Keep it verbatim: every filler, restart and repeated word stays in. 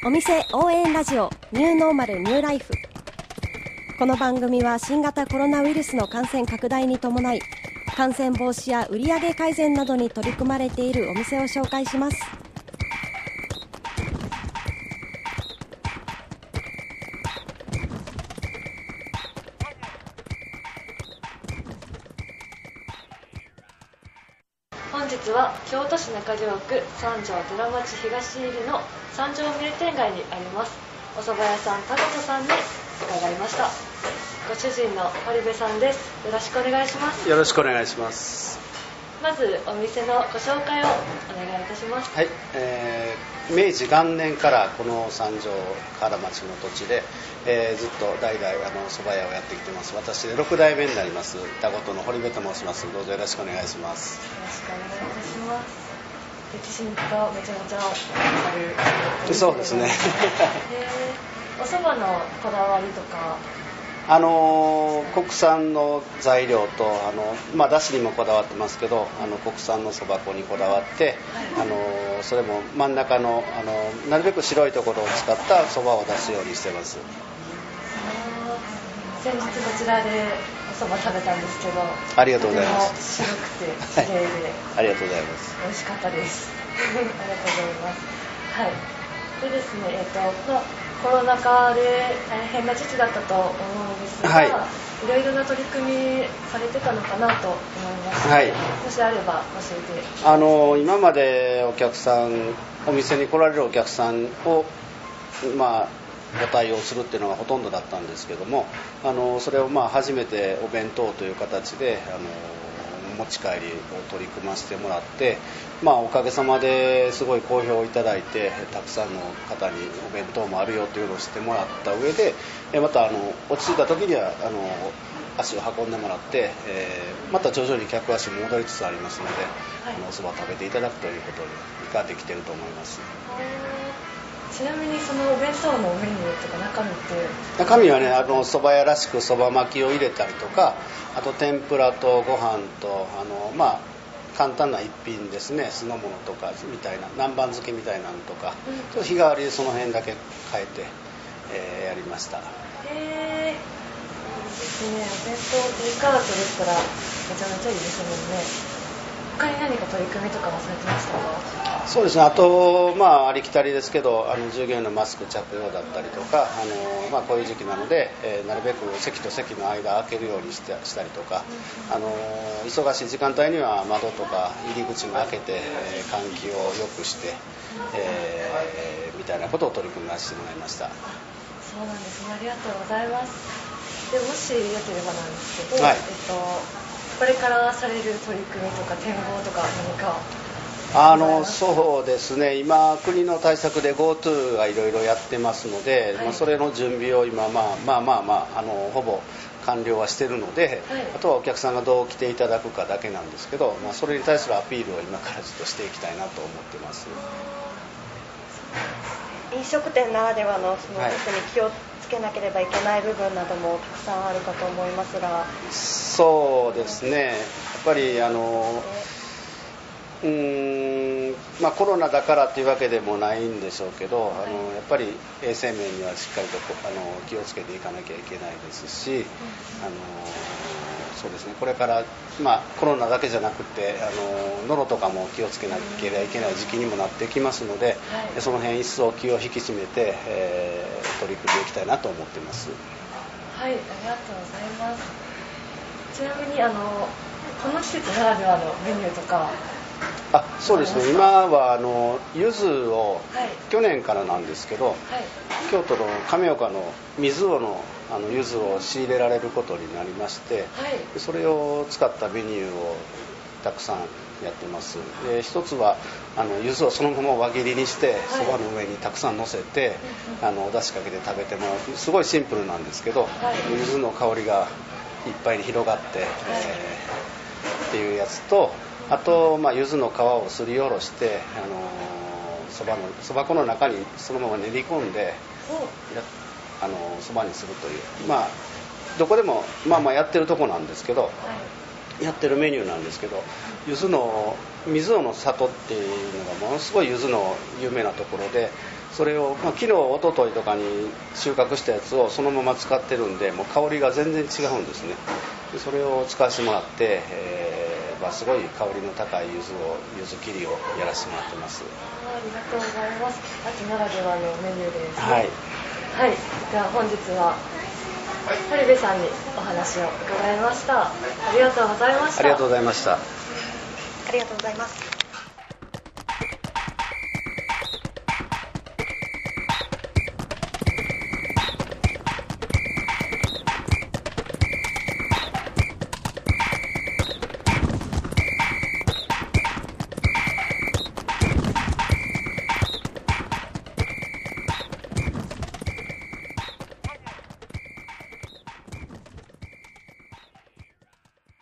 お店応援ラジオニューノーマルニューライフ。この番組は新型コロナウイルスの感染拡大に伴い、感染防止や売上改善などに取り組まれているお店を紹介します。 本日は京都市中京区三条寺町東入りの三条名店街にありますお蕎麦屋さん田本さんに伺いました。ご主人の堀部さんです。よろしくお願いします。 よろしくお願いします。 まずお店のご紹介をお願いいたします。 はい、えー、明治元年からこの三条河原町の土地で、えー、ずっと代々あの蕎麦屋をやってきてます。私でろく代目になります田本の堀部と申します。どうぞよろしくお願いします。 よろしくお願いいたします。歴史とめちゃめちゃある。 そうですね。 お蕎麦のこだわりとか、 あの国産の材料とあの、まあ、だしにもこだわってますけど、あの国産のそば粉にこだわって、あのそれも真ん中の、あのなるべく白いところを使ったそばを出すようにしてます。 先日こちらでお蕎麦食べたんですけど、 ありがとうございます。 白くて綺麗で、 ありがとうございます。 美味しかったです。ありがとうございます。はい。でですね、えっとまあコロナ禍で大変な時期だったと思うんですが、はい、いろいろな取り組みされてたのかなと思います、はい、もしあれば教えて。 あの今までお客さん、お店に来られるお客さんを、まあ、ご対応するっていうのがほとんどだったんですけども、あのそれをまあ初めてお弁当という形であの持ち帰りを取り組ませてもらって、まあ、おかげさまですごい好評をいただいて、たくさんの方にお弁当もあるよというのを知ってもらった上で、またあの落ち着いた時にはあの足を運んでもらって、えー、また徐々に客足も戻りつつありますので、はい、あのおそばを食べていただくということができていると思います。 ちなみにそのお弁当のメニューとか中身って中身はね、あの蕎麦屋らしく蕎麦巻きを入れたりとか、あと天ぷらとご飯とあのまあ簡単な一品ですね、酢の物とかみたいな南蛮漬けみたいなのとか、うん、ちょっと日替わりでその辺だけ変えて、えー、やりました。へえ、いいですね。お弁当テイクアウトですからめちゃめちゃいいですもんね。他に何か取り組みとかもされてましたか？ そうですね、あと、まあ、ありきたりですけど、あの従業員のマスク着用だったりとか、あの、まあ、こういう時期なので、えー、なるべく席と席の間開けるようにしてしたりとか、あの忙しい時間帯には窓とか入り口も開けて、えー、換気を良くして、えー、みたいなことを取り組ませてもらいました。 そうなんですね、ありがとうございます。でもしよければなんですけど、はい、えっとこれからされる取り組みとか展望とか何かあのそうですね、今国の対策で GoTo がいろいろやってますので、はい、まあ、それの準備を今、まあ、まあまあまああのほぼ完了はしているので、はい、あとはお客さんがどう来ていただくかだけなんですけど、まあ、それに対するアピールを今からずっとしていきたいなと思ってます。 飲食店ならではのその特に気をつけなければいけない部分などもたくさんあるかと思いますが。 そうですね、やっぱりあのうーん、まあ、コロナだからというわけでもないんでしょうけど、あのやっぱり衛生面にはしっかりとあの気をつけていかなきゃいけないですし、あのそうですね、これから、まあ、コロナだけじゃなくてあのノロとかも気をつけなければいけない時期にもなってきますので、はい、その辺一層気を引き締めて、えー、取り組んでいきたいなと思っています。 はい、ありがとうございます。ちなみにあのこの施設ならではのメニューとか。 あ、そうですね、今はあの柚子を、はい、去年からなんですけど、はい、京都の亀岡の水尾のあの柚子を仕入れられることになりまして、はい、それを使ったメニューをたくさんやってます。で一つはあの柚子をそのまま輪切りにしてそば、はい、の上にたくさん乗せて、あのお出汁かけて食べてもらう、すごいシンプルなんですけど、はい、柚子の香りがいっぱいに広がって、はい、えー、っていうやつと、あと、まあ、柚子の皮をすりおろして、あのー、そばのそば粉の中にそのまま練り込んで、あのー、そばにするという、まあ、どこでも、まあ、まあやってるとこなんですけど、はい、やってるメニューなんですけど、柚子の水尾の里っていうのがものすごい柚子の有名なところで、 それを、まあ、昨日一昨日とかに収穫したやつをそのまま使ってるんで、もう香りが全然違うんですね。でそれを使わせてもらって、えーまあ、すごい香りの高い柚子を柚子切りをやらせてもらってます。 ありがとうございます。秋ならではのメニューですね。 はい、 はい、では本日は堀部さんにお話を伺いました。ありがとうございました。 ありがとうございました。 ありがとうございます。